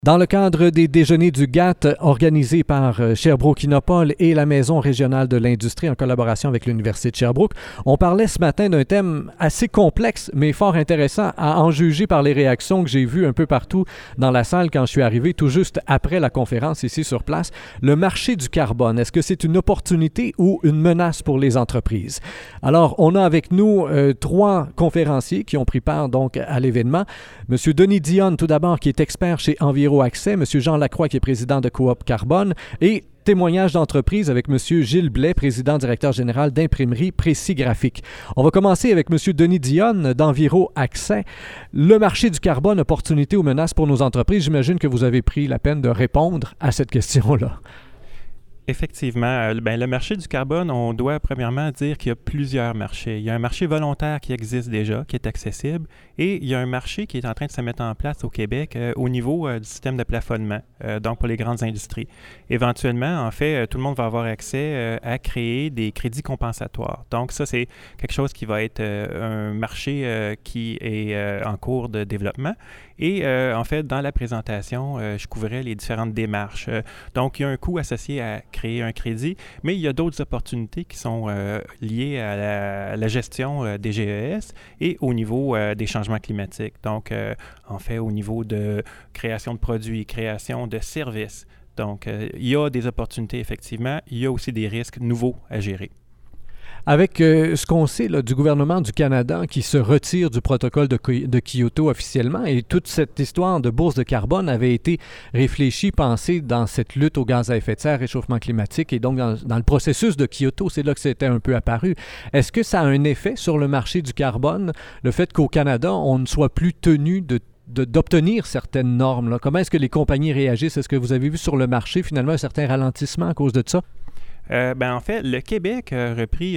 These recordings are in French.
Dans le cadre des déjeuners du GATT organisés par Sherbrooke Innopol et la Maison régionale de l'industrie en collaboration avec l'Université de Sherbrooke, on parlait ce matin d'un thème assez complexe mais fort intéressant à en juger par les réactions que j'ai vues un peu partout dans la salle quand je suis arrivé tout juste après la conférence ici sur place. Le marché du carbone, est-ce que c'est une opportunité ou une menace pour les entreprises? Alors, on a avec nous trois conférenciers qui ont pris part donc à l'événement. Monsieur Denis Dionne, tout d'abord, qui est expert chez Enviro Accès, M. Jean Lacroix, qui est président de Coop Carbone, et témoignage d'entreprise avec M. Gilles Blais, président directeur général d'Imprimerie Précis Graphique. On va commencer avec M. Denis Dionne d'Enviro Accès. Le marché du carbone, opportunité ou menace pour nos entreprises, j'imagine que vous avez pris la peine de répondre à cette question-là. Effectivement. Le marché du carbone, on doit premièrement dire qu'il y a plusieurs marchés. Il y a un marché volontaire qui existe déjà, qui est accessible, et il y a un marché qui est en train de se mettre en place au Québec au niveau du système de plafonnement, donc pour les grandes industries. Éventuellement, en fait, tout le monde va avoir accès à créer des crédits compensatoires. Donc ça, c'est quelque chose qui va être un marché qui est en cours de développement. Et en fait, dans la présentation, je couvrais les différentes démarches. Donc, il y a un coût associé à créer un crédit, mais il y a d'autres opportunités qui sont liées à la gestion des GES et au niveau des changements climatiques. Donc, en fait, au niveau de création de produits, création de services. Donc, il y a des opportunités, effectivement. Il y a aussi des risques nouveaux à gérer. Avec ce qu'on sait là, du gouvernement du Canada qui se retire du protocole de Kyoto officiellement, et toute cette histoire de bourse de carbone avait été réfléchie, pensée dans cette lutte aux gaz à effet de serre, réchauffement climatique, et donc dans le processus de Kyoto, c'est là que c'était un peu apparu. Est-ce que ça a un effet sur le marché du carbone, le fait qu'au Canada, on ne soit plus tenu d'obtenir certaines normes, là? Comment est-ce que les compagnies réagissent? Est-ce que vous avez vu sur le marché finalement un certain ralentissement à cause de ça? En fait, le Québec a repris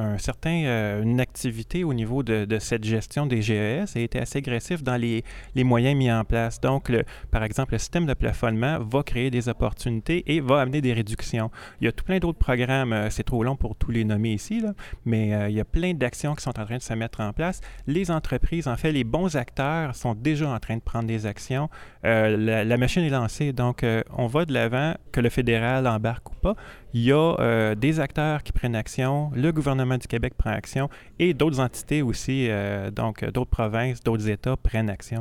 une activité au niveau de cette gestion des GES et a été assez agressif dans les moyens mis en place. Donc, par exemple, le système de plafonnement va créer des opportunités et va amener des réductions. Il y a tout plein d'autres programmes, c'est trop long pour tous les nommer ici, là, mais il y a plein d'actions qui sont en train de se mettre en place. Les entreprises, en fait, les bons acteurs sont déjà en train de prendre des actions. La machine est lancée, donc on va de l'avant, que le fédéral embarque ou pas. Il y a des acteurs qui prennent action, le gouvernement du Québec prend action et d'autres entités aussi, donc d'autres provinces, d'autres États prennent action.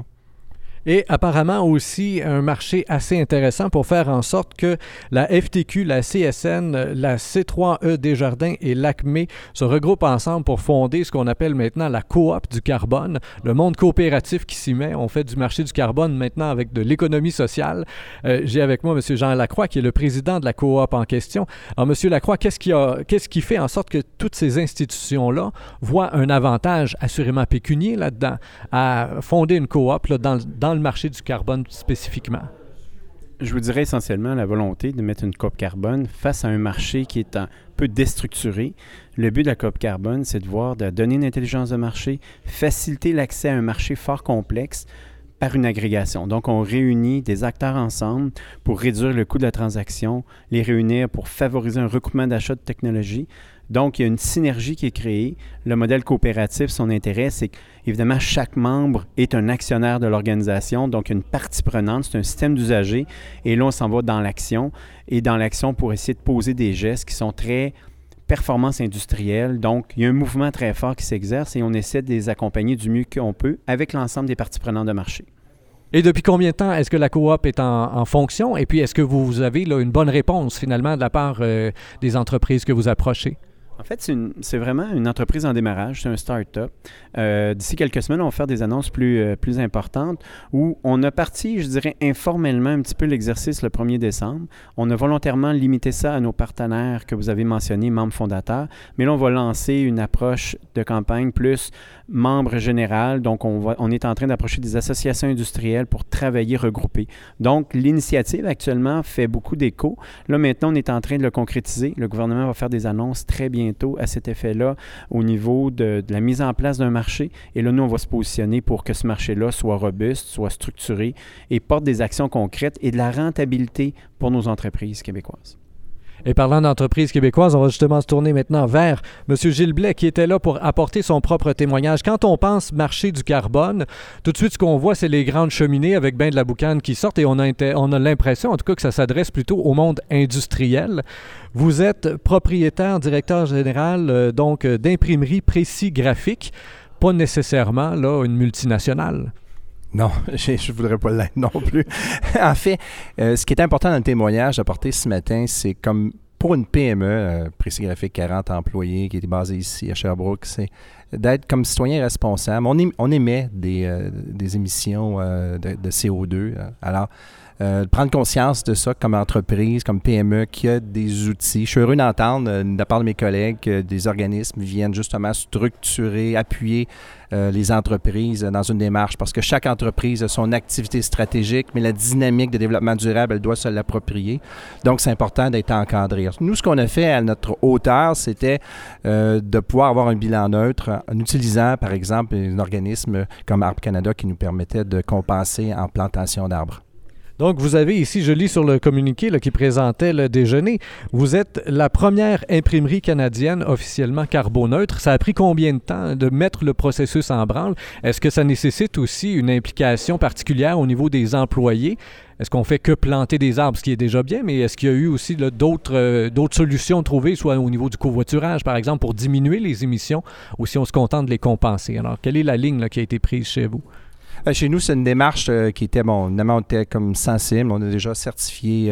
Et apparemment aussi un marché assez intéressant pour faire en sorte que la FTQ, la CSN, la C3E Desjardins et l'ACME se regroupent ensemble pour fonder ce qu'on appelle maintenant la coop du carbone, le monde coopératif qui s'y met. On fait du marché du carbone maintenant avec de l'économie sociale. J'ai avec moi M. Jean Lacroix qui est le président de la coop en question. Alors M. Lacroix, qu'est-ce qui fait en sorte que toutes ces institutions-là voient un avantage assurément pécunier là-dedans à fonder une coop là, dans le marché du carbone spécifiquement? Je vous dirais essentiellement la volonté de mettre une coop carbone face à un marché qui est un peu déstructuré. Le but de la coop carbone, c'est de donner une intelligence de marché, faciliter l'accès à un marché fort complexe par une agrégation. Donc, on réunit des acteurs ensemble pour réduire le coût de la transaction, les réunir pour favoriser un recoupement d'achat de technologie. Donc, il y a une synergie qui est créée. Le modèle coopératif, son intérêt, c'est qu'évidemment, chaque membre est un actionnaire de l'organisation, donc une partie prenante, c'est un système d'usagers. Et là, on s'en va dans l'action. Et dans l'action, pour essayer de poser des gestes qui sont très performance industrielle. Donc, il y a un mouvement très fort qui s'exerce et on essaie de les accompagner du mieux qu'on peut avec l'ensemble des parties prenantes de marché. Et depuis combien de temps est-ce que la coop est en fonction? Et puis, est-ce que vous avez là, une bonne réponse finalement de la part des entreprises que vous approchez? En fait, c'est vraiment une entreprise en démarrage, c'est un start-up. D'ici quelques semaines, on va faire des annonces plus importantes où on a parti, je dirais, informellement un petit peu l'exercice le 1er décembre. On a volontairement limité ça à nos partenaires que vous avez mentionnés, membres fondateurs. Mais là, on va lancer une approche de campagne plus membre général. Donc, on est en train d'approcher des associations industrielles pour travailler regroupés. Donc, l'initiative actuellement fait beaucoup d'écho. Là, maintenant, on est en train de le concrétiser. Le gouvernement va faire des annonces très bientôt à cet effet-là au niveau de la mise en place d'un marché. Et là, nous, on va se positionner pour que ce marché-là soit robuste, soit structuré et porte des actions concrètes et de la rentabilité pour nos entreprises québécoises. Et parlant d'entreprises québécoises, on va justement se tourner maintenant vers M. Gilles Blais qui était là pour apporter son propre témoignage. Quand on pense marché du carbone, tout de suite ce qu'on voit, c'est les grandes cheminées avec ben de la boucane qui sortent et on a l'impression en tout cas que ça s'adresse plutôt au monde industriel. Vous êtes propriétaire, directeur général d'imprimerie Précis Graphique, pas nécessairement là une multinationale. Non, je ne voudrais pas l'être non plus. En fait, ce qui est important dans le témoignage apporté ce matin, c'est comme pour une PME, Précis Graphique, 40 employés, qui est basée ici à Sherbrooke, c'est d'être comme citoyen responsable. On émet des émissions de CO2. Alors, prendre conscience de ça comme entreprise, comme PME, qui a des outils. Je suis heureux d'entendre de la part de mes collègues que des organismes viennent justement structurer, appuyer les entreprises dans une démarche parce que chaque entreprise a son activité stratégique, mais la dynamique de développement durable, elle doit se l'approprier. Donc, c'est important d'être encadré. Nous, ce qu'on a fait à notre hauteur, c'était de pouvoir avoir un bilan neutre en utilisant, par exemple, un organisme comme Arbre Canada qui nous permettait de compenser en plantation d'arbres. Donc, vous avez ici, je lis sur le communiqué là, qui présentait le déjeuner, vous êtes la première imprimerie canadienne officiellement carboneutre. Ça a pris combien de temps de mettre le processus en branle? Est-ce que ça nécessite aussi une implication particulière au niveau des employés? Est-ce qu'on fait que planter des arbres, ce qui est déjà bien, mais est-ce qu'il y a eu aussi là, d'autres solutions trouvées, soit au niveau du covoiturage, par exemple, pour diminuer les émissions, ou si on se contente de les compenser? Alors, quelle est la ligne là, qui a été prise chez vous? Chez nous, c'est une démarche qui était, on était comme sensible. On a déjà certifié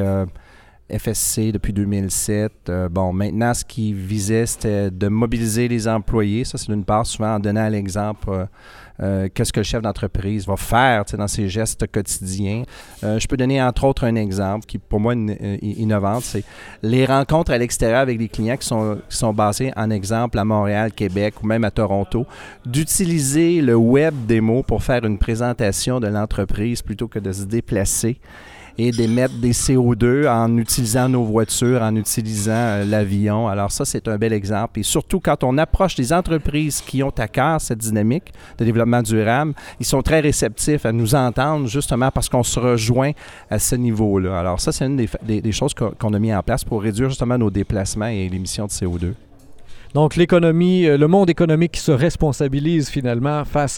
FSC depuis 2007. Maintenant, ce qui visait, c'était de mobiliser les employés. Ça, c'est d'une part, souvent en donnant l'exemple qu'est-ce que le chef d'entreprise va faire dans ses gestes quotidiens. Je peux donner, entre autres, un exemple qui, pour moi, est innovant. C'est les rencontres à l'extérieur avec des clients qui sont basés, en exemple, à Montréal, Québec ou même à Toronto, d'utiliser le web démo pour faire une présentation de l'entreprise plutôt que de se déplacer et d'émettre des CO2 en utilisant nos voitures, en utilisant l'avion. Alors ça, c'est un bel exemple. Et surtout, quand on approche des entreprises qui ont à cœur cette dynamique de développement durable, ils sont très réceptifs à nous entendre justement parce qu'on se rejoint à ce niveau-là. Alors ça, c'est une des choses qu'on a mis en place pour réduire justement nos déplacements et l'émission de CO2. Donc, l'économie, le monde économique qui se responsabilise finalement face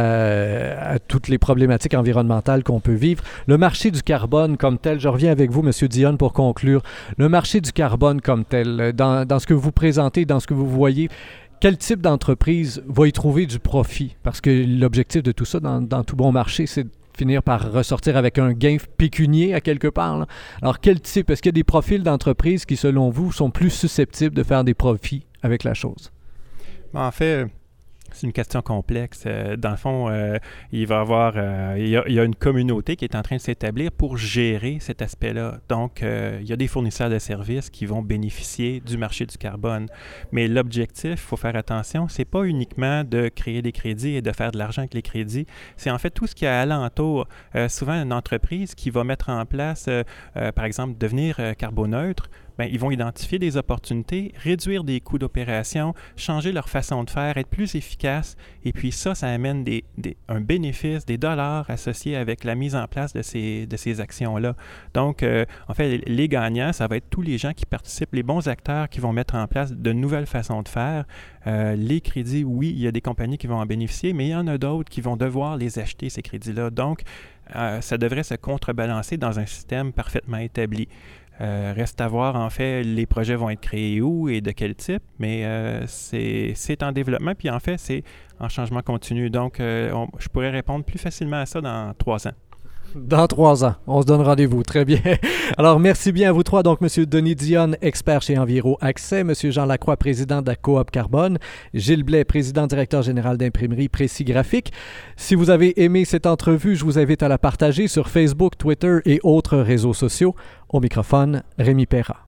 à toutes les problématiques environnementales qu'on peut vivre. Le marché du carbone comme tel, je reviens avec vous, M. Dionne, pour conclure. Le marché du carbone comme tel, dans ce que vous présentez, dans ce que vous voyez, quel type d'entreprise va y trouver du profit? Parce que l'objectif de tout ça, dans tout bon marché, c'est de finir par ressortir avec un gain pécunier à quelque part. Là. Alors, quel type? Est-ce qu'il y a des profils d'entreprises qui, selon vous, sont plus susceptibles de faire des profits avec la chose? En fait, c'est une question complexe. Dans le fond, il va y avoir il y a une communauté qui est en train de s'établir pour gérer cet aspect-là. Donc, il y a des fournisseurs de services qui vont bénéficier du marché du carbone. Mais l'objectif, il faut faire attention, c'est pas uniquement de créer des crédits et de faire de l'argent avec les crédits. C'est en fait tout ce qu'il y a alentour. Souvent, une entreprise qui va mettre en place, par exemple, devenir carboneutre, ils vont identifier des opportunités, réduire des coûts d'opération, changer leur façon de faire, être plus efficace. Et puis ça amène un bénéfice, des dollars associés avec la mise en place de ces actions-là. Donc, en fait, les gagnants, ça va être tous les gens qui participent, les bons acteurs qui vont mettre en place de nouvelles façons de faire. Les crédits, oui, il y a des compagnies qui vont en bénéficier, mais il y en a d'autres qui vont devoir les acheter, ces crédits-là. Donc, ça devrait se contrebalancer dans un système parfaitement établi. Reste à voir, en fait, les projets vont être créés où et de quel type, mais c'est en développement, puis en fait, c'est en changement continu. Donc, je pourrais répondre plus facilement à ça dans 3 ans. Dans 3 ans. On se donne rendez-vous. Très bien. Alors, merci bien à vous trois. Donc, M. Denis Dionne, expert chez Enviro Accès, M. Jean Lacroix, président de la Coop Carbone, Gilles Blais, président directeur général d'imprimerie Précis Graphique. Si vous avez aimé cette entrevue, je vous invite à la partager sur Facebook, Twitter et autres réseaux sociaux. Au microphone, Rémi Perra.